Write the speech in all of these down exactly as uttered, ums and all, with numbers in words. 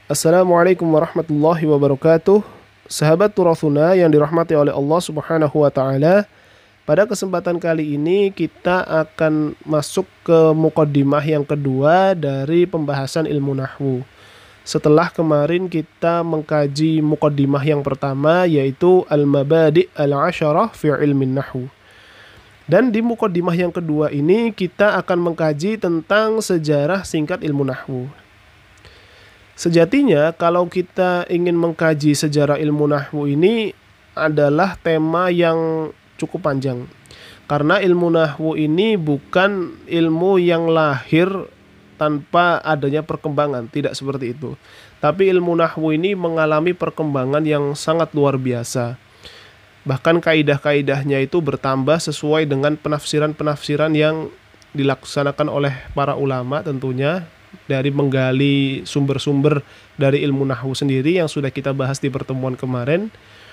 Assalamualaikum warahmatullahi wabarakatuh. Sahabat Turathuna yang dirahmati oleh Allah Subhanahu wa taala. Pada kesempatan kali ini kita akan masuk ke muqaddimah yang kedua dari pembahasan ilmu nahwu. Setelah kemarin kita mengkaji muqaddimah yang pertama, yaitu al-mabadi' al-asharah fi ilmin nahwu. Dan di muqaddimah yang kedua ini kita akan mengkaji tentang sejarah singkat ilmu nahwu. Sejatinya kalau kita ingin mengkaji sejarah ilmu nahwu ini adalah tema yang cukup panjang. Karena ilmu nahwu ini bukan ilmu yang lahir tanpa adanya perkembangan, tidak seperti itu. Tapi ilmu nahwu ini mengalami perkembangan yang sangat luar biasa. Bahkan kaidah-kaidahnya itu bertambah sesuai dengan penafsiran-penafsiran yang dilaksanakan oleh para ulama tentunya, dari menggali sumber-sumber dari ilmu nahwu sendiri yang sudah kita bahas di pertemuan kemarin.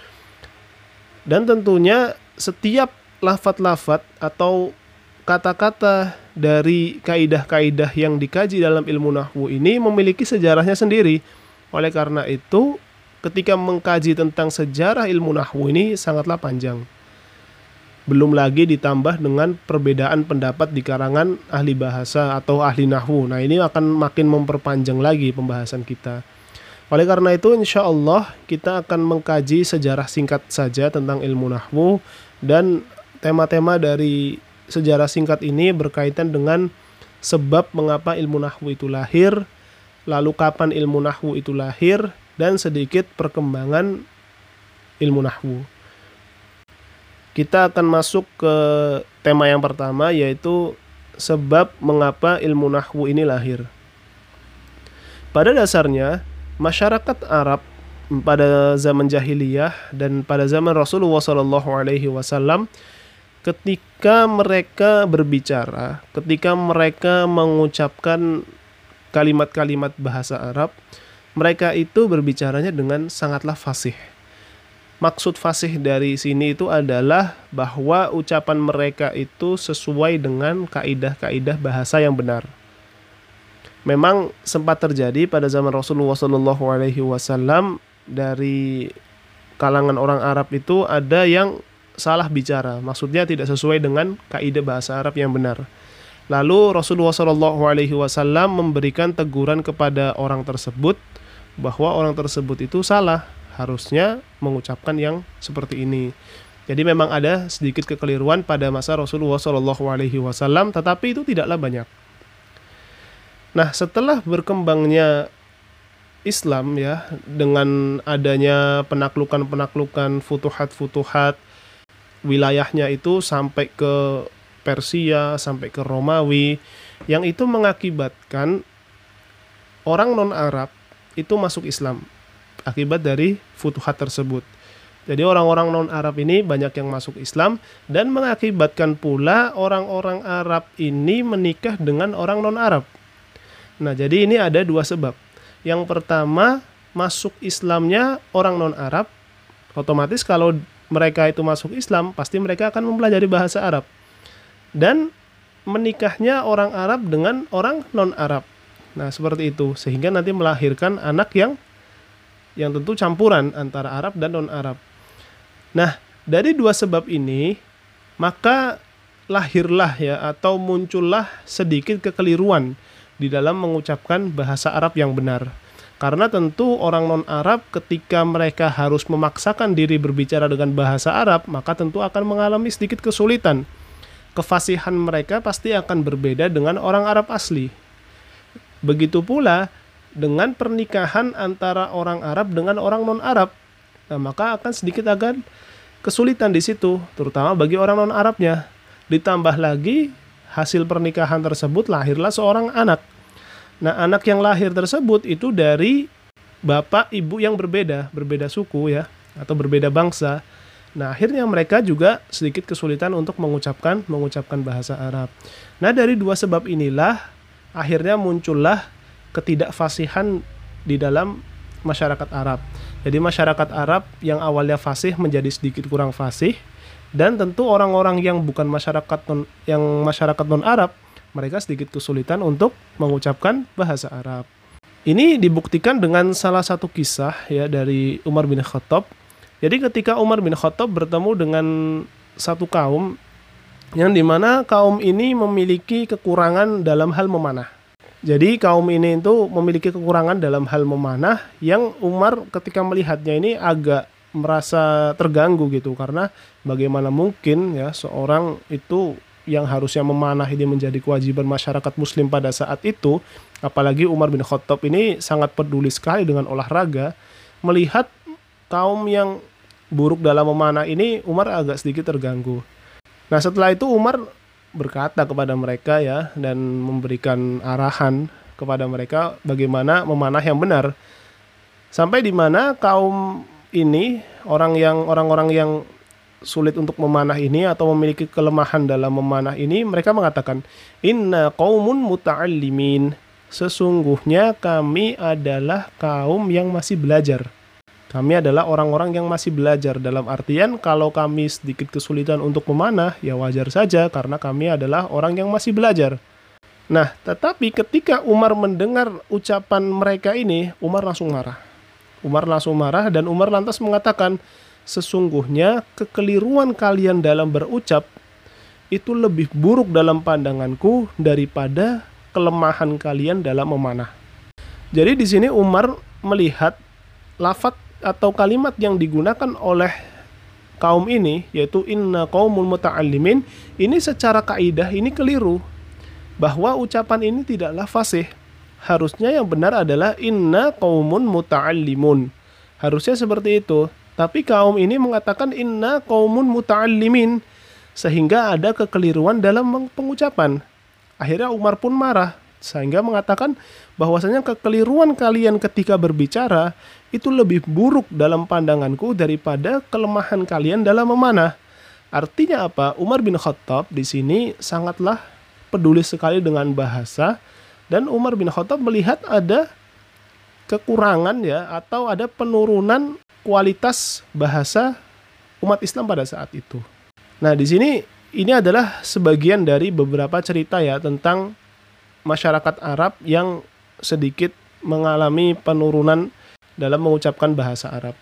Dan tentunya setiap lafat-lafat atau kata-kata dari kaidah-kaidah yang dikaji dalam ilmu nahwu ini memiliki sejarahnya sendiri. Oleh karena itu, ketika mengkaji tentang sejarah ilmu nahwu ini sangatlah panjang. Belum lagi ditambah dengan perbedaan pendapat di kalangan ahli bahasa atau ahli nahwu. Nah, ini akan makin memperpanjang lagi pembahasan kita. Oleh karena itu, insya Allah kita akan mengkaji sejarah singkat saja tentang ilmu nahwu. Dan tema-tema dari sejarah singkat ini berkaitan dengan sebab mengapa ilmu nahwu itu lahir, lalu kapan ilmu nahwu itu lahir, dan sedikit perkembangan ilmu nahwu. Kita akan masuk ke tema yang pertama, yaitu sebab mengapa ilmu nahwu ini lahir. Pada dasarnya, masyarakat Arab pada zaman jahiliyah dan pada zaman Rasulullah shallallahu alaihi wasallam, ketika mereka berbicara, ketika mereka mengucapkan kalimat-kalimat bahasa Arab, mereka itu berbicaranya dengan sangatlah fasih. Maksud fasih dari sini itu adalah bahwa ucapan mereka itu sesuai dengan kaidah-kaidah bahasa yang benar. Memang sempat terjadi pada zaman Rasulullah shallallahu alaihi wasallam, dari kalangan orang Arab itu ada yang salah bicara, maksudnya tidak sesuai dengan kaidah bahasa Arab yang benar. Lalu Rasulullah shallallahu alaihi wasallam memberikan teguran kepada orang tersebut bahwa orang tersebut itu salah, harusnya mengucapkan yang seperti ini. Jadi memang ada sedikit kekeliruan pada masa Rasulullah shallallahu alaihi wasallam, tetapi itu tidaklah banyak. Nah, setelah berkembangnya Islam ya, dengan adanya penaklukan-penaklukan, futuhat-futuhat, wilayahnya itu sampai ke Persia, sampai ke Romawi, yang itu mengakibatkan orang non-Arab itu masuk Islam akibat dari futuhat tersebut. Jadi orang-orang non-Arab ini banyak yang masuk Islam, dan mengakibatkan pula orang-orang Arab ini menikah dengan orang non-Arab. Nah, jadi ini ada dua sebab. Yang pertama, masuk Islamnya orang non-Arab, otomatis kalau mereka itu masuk Islam, pasti mereka akan mempelajari bahasa Arab. Dan menikahnya orang Arab dengan orang non-Arab. Nah, seperti itu, sehingga nanti melahirkan anak yang yang tentu campuran antara Arab dan non-Arab. Nah, dari dua sebab ini, maka lahirlah ya, atau muncullah sedikit kekeliruan di dalam mengucapkan bahasa Arab yang benar. Karena tentu orang non-Arab ketika mereka harus memaksakan diri berbicara dengan bahasa Arab, maka tentu akan mengalami sedikit kesulitan. Kefasihan mereka pasti akan berbeda dengan orang Arab asli. Begitu pula dengan pernikahan antara orang Arab dengan orang non-Arab. Nah, maka akan sedikit agak kesulitan di situ, terutama bagi orang non-Arabnya. Ditambah lagi hasil pernikahan tersebut lahirlah seorang anak. Nah, anak yang lahir tersebut itu dari bapak ibu yang berbeda, berbeda suku ya, atau berbeda bangsa. Nah, akhirnya mereka juga sedikit kesulitan untuk mengucapkan mengucapkan bahasa Arab. Nah, dari dua sebab inilah akhirnya muncullah ketidakfasihan di dalam masyarakat Arab. Jadi masyarakat Arab yang awalnya fasih menjadi sedikit kurang fasih, dan tentu orang-orang yang bukan masyarakat non, yang masyarakat non Arab, mereka sedikit kesulitan untuk mengucapkan bahasa Arab. Ini dibuktikan dengan salah satu kisah ya dari Umar bin Khattab. Jadi ketika Umar bin Khattab bertemu dengan satu kaum yang dimana kaum ini memiliki kekurangan dalam hal memanah. Jadi kaum ini itu memiliki kekurangan dalam hal memanah yang Umar ketika melihatnya ini agak merasa terganggu gitu, karena bagaimana mungkin ya seorang itu yang harusnya memanah ini menjadi kewajiban masyarakat muslim pada saat itu, apalagi Umar bin Khattab ini sangat peduli sekali dengan olahraga, melihat kaum yang buruk dalam memanah ini Umar agak sedikit terganggu. Nah setelah itu Umar berkata kepada mereka ya, dan memberikan arahan kepada mereka bagaimana memanah yang benar, sampai di mana kaum ini orang yang orang-orang yang sulit untuk memanah ini atau memiliki kelemahan dalam memanah ini, mereka mengatakan inna qaumun muta'allimin, sesungguhnya kami adalah kaum yang masih belajar. Kami adalah orang-orang yang masih belajar, dalam artian kalau kami sedikit kesulitan untuk memanah, ya wajar saja karena kami adalah orang yang masih belajar. Nah, tetapi ketika Umar mendengar ucapan mereka ini, Umar langsung marah. Umar langsung marah dan Umar lantas mengatakan, sesungguhnya kekeliruan kalian dalam berucap itu lebih buruk dalam pandanganku daripada kelemahan kalian dalam memanah. Jadi di sini Umar melihat lafaz atau kalimat yang digunakan oleh kaum ini, yaitu inna qaumul muta'allimin, ini secara kaidah ini keliru, bahwa ucapan ini tidaklah fasih. Harusnya yang benar adalah inna qaumun muta'allimun, harusnya seperti itu. Tapi kaum ini mengatakan inna qaumun muta'allimin, sehingga ada kekeliruan dalam pengucapan. Akhirnya Umar pun marah, sehingga mengatakan bahwasanya kekeliruan kalian ketika berbicara itu lebih buruk dalam pandanganku daripada kelemahan kalian dalam memanah. Artinya apa? Umar bin Khattab di sini sangatlah peduli sekali dengan bahasa, dan Umar bin Khattab melihat ada kekurangan ya, atau ada penurunan kualitas bahasa umat Islam pada saat itu. Nah, di sini ini adalah sebagian dari beberapa cerita ya tentang masyarakat Arab yang sedikit mengalami penurunan dalam mengucapkan bahasa Arab.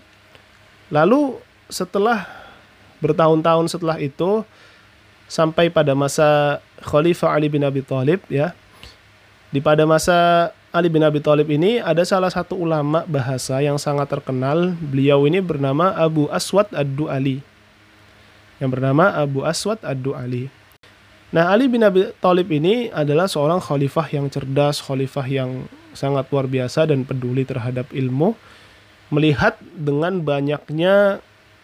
Lalu setelah bertahun-tahun setelah itu, sampai pada masa Khalifah Ali bin Abi Thalib ya. Di pada masa Ali bin Abi Thalib ini ada salah satu ulama bahasa yang sangat terkenal. Beliau ini bernama Abu Aswad Ad-Du'ali. Yang bernama Abu Aswad Ad-Du'ali. Nah, Ali bin Abi Thalib ini adalah seorang khalifah yang cerdas, khalifah yang sangat luar biasa dan peduli terhadap ilmu. Melihat dengan banyaknya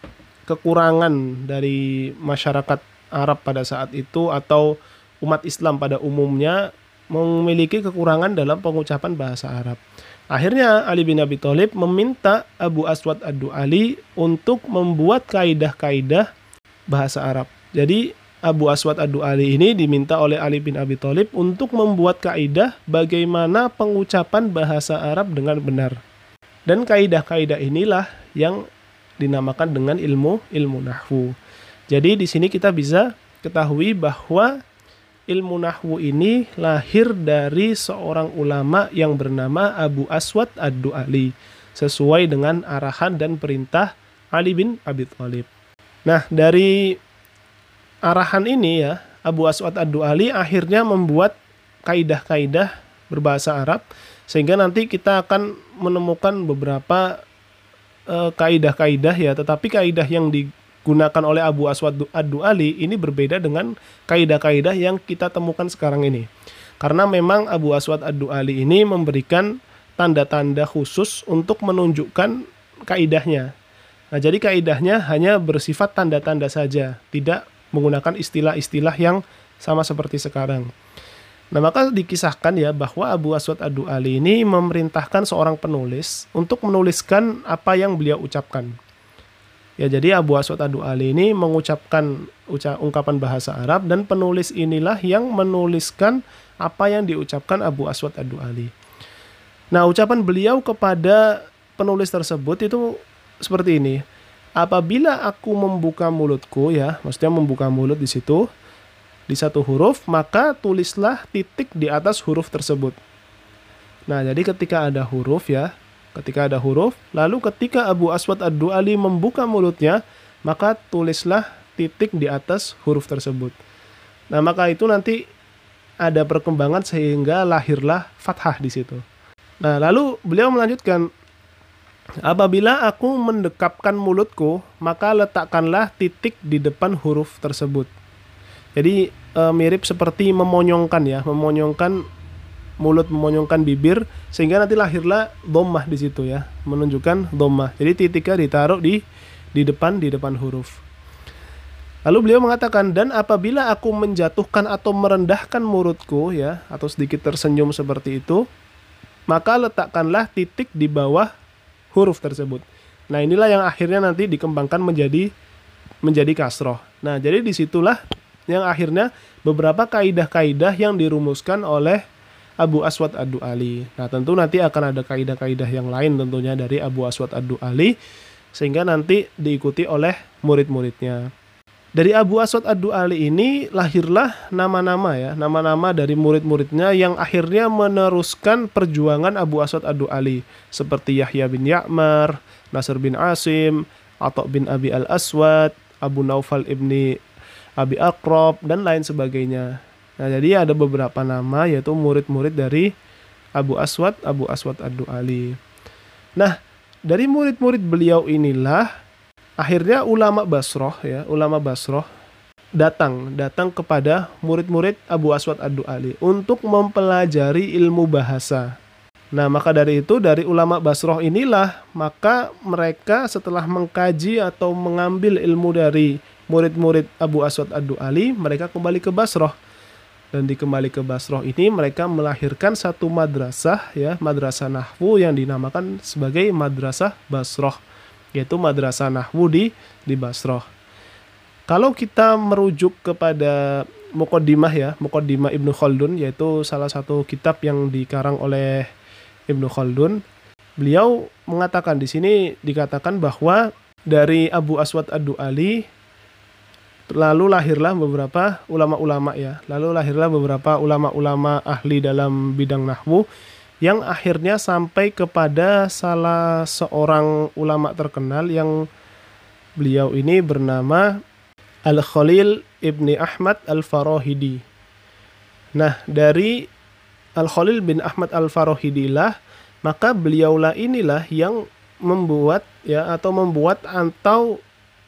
kekurangan dari masyarakat Arab pada saat itu, atau umat Islam pada umumnya memiliki kekurangan dalam pengucapan bahasa Arab. Akhirnya Ali bin Abi Thalib meminta Abu Aswad Ad-Du'ali untuk membuat kaidah-kaidah bahasa Arab. Jadi Abu Aswad Ad-Du'ali ini diminta oleh Ali bin Abi Thalib untuk membuat kaidah bagaimana pengucapan bahasa Arab dengan benar. Dan kaidah-kaidah inilah yang dinamakan dengan ilmu ilmu nahwu. Jadi di sini kita bisa ketahui bahwa ilmu nahwu ini lahir dari seorang ulama yang bernama Abu Aswad Ad-Du'ali, sesuai dengan arahan dan perintah Ali bin Abi Thalib. Nah, dari arahan ini ya, Abu Aswad Ad-Du'ali akhirnya membuat kaidah-kaidah berbahasa Arab, sehingga nanti kita akan menemukan beberapa e, kaidah-kaidah ya, tetapi kaidah yang digunakan oleh Abu Aswad Ad-Du'ali ini berbeda dengan kaidah-kaidah yang kita temukan sekarang ini. Karena memang Abu Aswad Ad-Du'ali ini memberikan tanda-tanda khusus untuk menunjukkan kaidahnya. Nah, jadi kaidahnya hanya bersifat tanda-tanda saja, tidak menggunakan istilah-istilah yang sama seperti sekarang. Nah, maka dikisahkan ya bahwa Abu Aswad Ad-Du'ali ini memerintahkan seorang penulis untuk menuliskan apa yang beliau ucapkan. Ya, jadi Abu Aswad Ad-Du'ali ini mengucapkan uca- ungkapan bahasa Arab, dan penulis inilah yang menuliskan apa yang diucapkan Abu Aswad Ad-Du'ali. Nah, ucapan beliau kepada penulis tersebut itu seperti ini. Apabila aku membuka mulutku ya, maksudnya membuka mulut di situ, di satu huruf, maka tulislah titik di atas huruf tersebut. Nah, jadi ketika ada huruf ya, ketika ada huruf, lalu ketika Abu Aswad Ad-Du'ali membuka mulutnya, maka tulislah titik di atas huruf tersebut. Nah, maka itu nanti ada perkembangan sehingga lahirlah fathah di situ. Nah, lalu beliau melanjutkan, apabila aku mendekapkan mulutku, maka letakkanlah titik di depan huruf tersebut. Jadi e, mirip seperti memonyongkan ya, memonyongkan mulut, memonyongkan bibir, sehingga nanti lahirlah dhammah di situ ya, menunjukkan dhammah. Jadi titiknya ditaruh di di depan di depan huruf. Lalu beliau mengatakan, dan apabila aku menjatuhkan atau merendahkan mulutku ya, atau sedikit tersenyum seperti itu, maka letakkanlah titik di bawah huruf tersebut. Nah, inilah yang akhirnya nanti dikembangkan menjadi menjadi kasroh. Nah, jadi disitulah yang akhirnya beberapa kaidah-kaidah yang dirumuskan oleh Abu Aswad Ad-Du'ali. Nah, tentu nanti akan ada kaidah-kaidah yang lain tentunya dari Abu Aswad Ad-Du'ali, sehingga nanti diikuti oleh murid-muridnya. Dari Abu Aswad Ad-Du'ali ini lahirlah nama-nama ya, nama-nama dari murid-muridnya yang akhirnya meneruskan perjuangan Abu Aswad Ad-Du'ali, seperti Yahya bin Ya'mar, Nasr bin Asim, Atha bin Abi al-Aswad, Abu Naufal ibni Abi Aqrab, dan lain sebagainya. Nah, jadi ada beberapa nama yaitu murid-murid dari Abu Aswad, Abu Aswad Ad-Du'ali. Nah, dari murid-murid beliau inilah akhirnya ulama Basroh ya, ulama Basroh datang datang kepada murid-murid Abu Aswad Ad-Du'ali untuk mempelajari ilmu bahasa. Nah, maka dari itu dari ulama Basroh inilah maka mereka setelah mengkaji atau mengambil ilmu dari murid-murid Abu Aswad Ad-Du'ali, mereka kembali ke Basroh. Dan di kembali ke Basroh ini mereka melahirkan satu madrasah ya, madrasah nahwu yang dinamakan sebagai Madrasah Basroh, yaitu madrasah nahwu di di Basroh. Kalau kita merujuk kepada Muqaddimah ya, Muqaddimah Ibnu Khaldun, yaitu salah satu kitab yang dikarang oleh Ibnu Khaldun, beliau mengatakan di sini dikatakan bahwa dari Abu Aswad Ad-Du'ali lalu lahirlah beberapa ulama-ulama ya, lalu lahirlah beberapa ulama-ulama ahli dalam bidang nahwu yang akhirnya sampai kepada salah seorang ulama terkenal yang beliau ini bernama Al-Khalil ibni Ahmad Al-Farahidi. Nah, dari Al-Khalil bin Ahmad Al-Farahidi lah, maka beliaulah inilah yang membuat ya atau membuat atau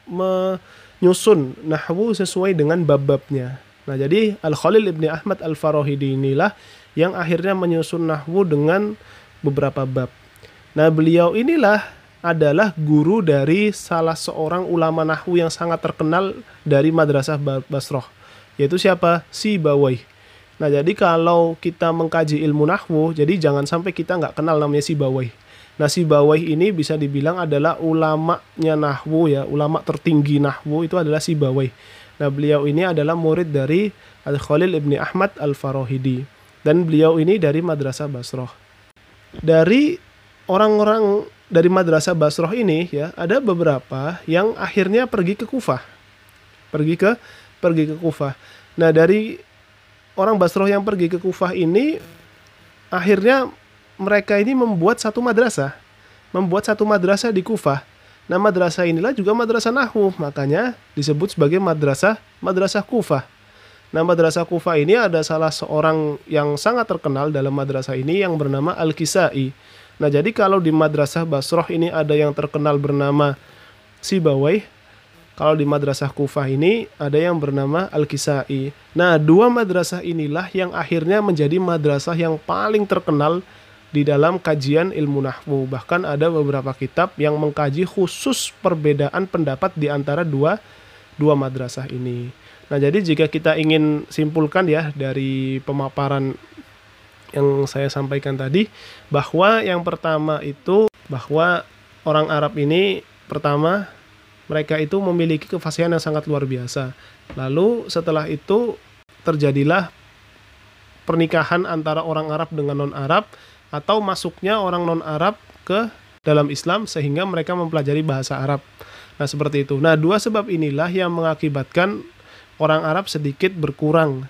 menyusun nahwu sesuai dengan bab-babnya. Nah, jadi Al-Khalil ibni Ahmad Al-Farahidi inilah yang akhirnya menyusun nahwu dengan beberapa bab. Nah, beliau inilah adalah guru dari salah seorang ulama nahwu yang sangat terkenal dari Madrasah Basroh, yaitu siapa? Sibawayh. Nah, jadi kalau kita mengkaji ilmu nahwu, jadi jangan sampai kita nggak kenal namanya Sibawayh. Nah, Sibawayh ini bisa dibilang adalah ulamanya nahwu ya, ulama tertinggi nahwu itu adalah Sibawayh. Nah, beliau ini adalah murid dari Al-Khalil ibni Ahmad Al-Farahidi, dan beliau ini dari Madrasah Basroh. Dari orang-orang dari Madrasah Basroh ini ya, ada beberapa yang akhirnya pergi ke Kufah. Pergi ke pergi ke Kufah. Nah, dari orang Basroh yang pergi ke Kufah ini akhirnya mereka ini membuat satu madrasah, membuat satu madrasah di Kufah. Nah, madrasah inilah juga madrasah nahwu, makanya disebut sebagai madrasah madrasah Kufah. Nah, madrasah Kufah ini ada salah seorang yang sangat terkenal dalam madrasah ini yang bernama Al-Kisai. Nah, jadi kalau di Madrasah Basroh ini ada yang terkenal bernama Sibawayh, kalau di Madrasah Kufah ini ada yang bernama Al-Kisai. Nah, dua madrasah inilah yang akhirnya menjadi madrasah yang paling terkenal di dalam kajian ilmu nahwu. Bahkan ada beberapa kitab yang mengkaji khusus perbedaan pendapat di antara dua dua madrasah ini. Nah, jadi jika kita ingin simpulkan ya dari pemaparan yang saya sampaikan tadi, bahwa yang pertama itu bahwa orang Arab ini pertama mereka itu memiliki kefasihan yang sangat luar biasa. Lalu setelah itu terjadilah pernikahan antara orang Arab dengan non-Arab, atau masuknya orang non-Arab ke dalam Islam sehingga mereka mempelajari bahasa Arab. Nah, seperti itu. Nah, dua sebab inilah yang mengakibatkan orang Arab sedikit berkurang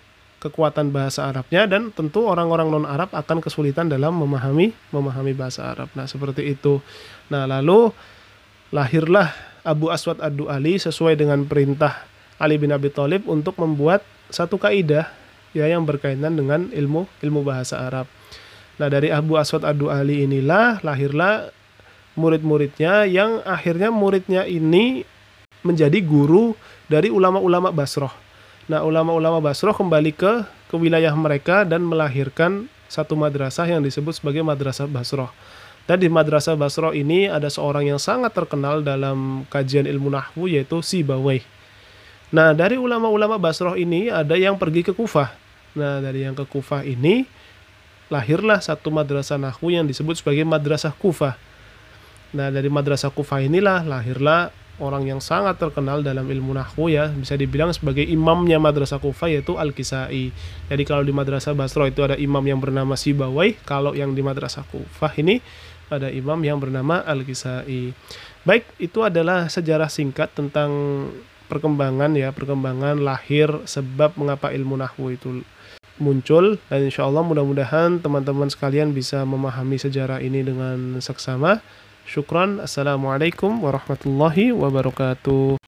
kekuatan bahasa Arabnya, dan tentu orang-orang non-Arab akan kesulitan dalam memahami memahami bahasa Arab. Nah, seperti itu. Nah, lalu lahirlah Abu Aswad Ad-Du'ali sesuai dengan perintah Ali bin Abi Thalib untuk membuat satu kaidah ya yang berkaitan dengan ilmu ilmu bahasa Arab. Nah, dari Abu Aswad Ad-Du'ali inilah lahirlah murid-muridnya, yang akhirnya muridnya ini menjadi guru dari ulama-ulama Basrah. Nah, ulama-ulama Basrah kembali ke ke wilayah mereka dan melahirkan satu madrasah yang disebut sebagai Madrasah Basrah. Dan di Madrasah Basrah ini ada seorang yang sangat terkenal dalam kajian ilmu nahwu, yaitu Sibawayh. Nah, dari ulama-ulama Basrah ini ada yang pergi ke Kufah. Nah, dari yang ke Kufah ini lahirlah satu madrasah nahwu yang disebut sebagai Madrasah Kufah. Nah, dari Madrasah Kufah inilah lahirlah orang yang sangat terkenal dalam ilmu nahwu ya, bisa dibilang sebagai imamnya Madrasah Kufah, yaitu Al-Kisai. Jadi kalau di Madrasah Basrah itu ada imam yang bernama Sibawayh, kalau yang di Madrasah Kufah ini ada imam yang bernama Al-Kisai. Baik, itu adalah sejarah singkat tentang perkembangan ya, perkembangan lahir sebab mengapa ilmu nahwu itu muncul, dan insya Allah mudah-mudahan teman-teman sekalian bisa memahami sejarah ini dengan seksama. Syukran. Assalamualaikum warahmatullahi wabarakatuh.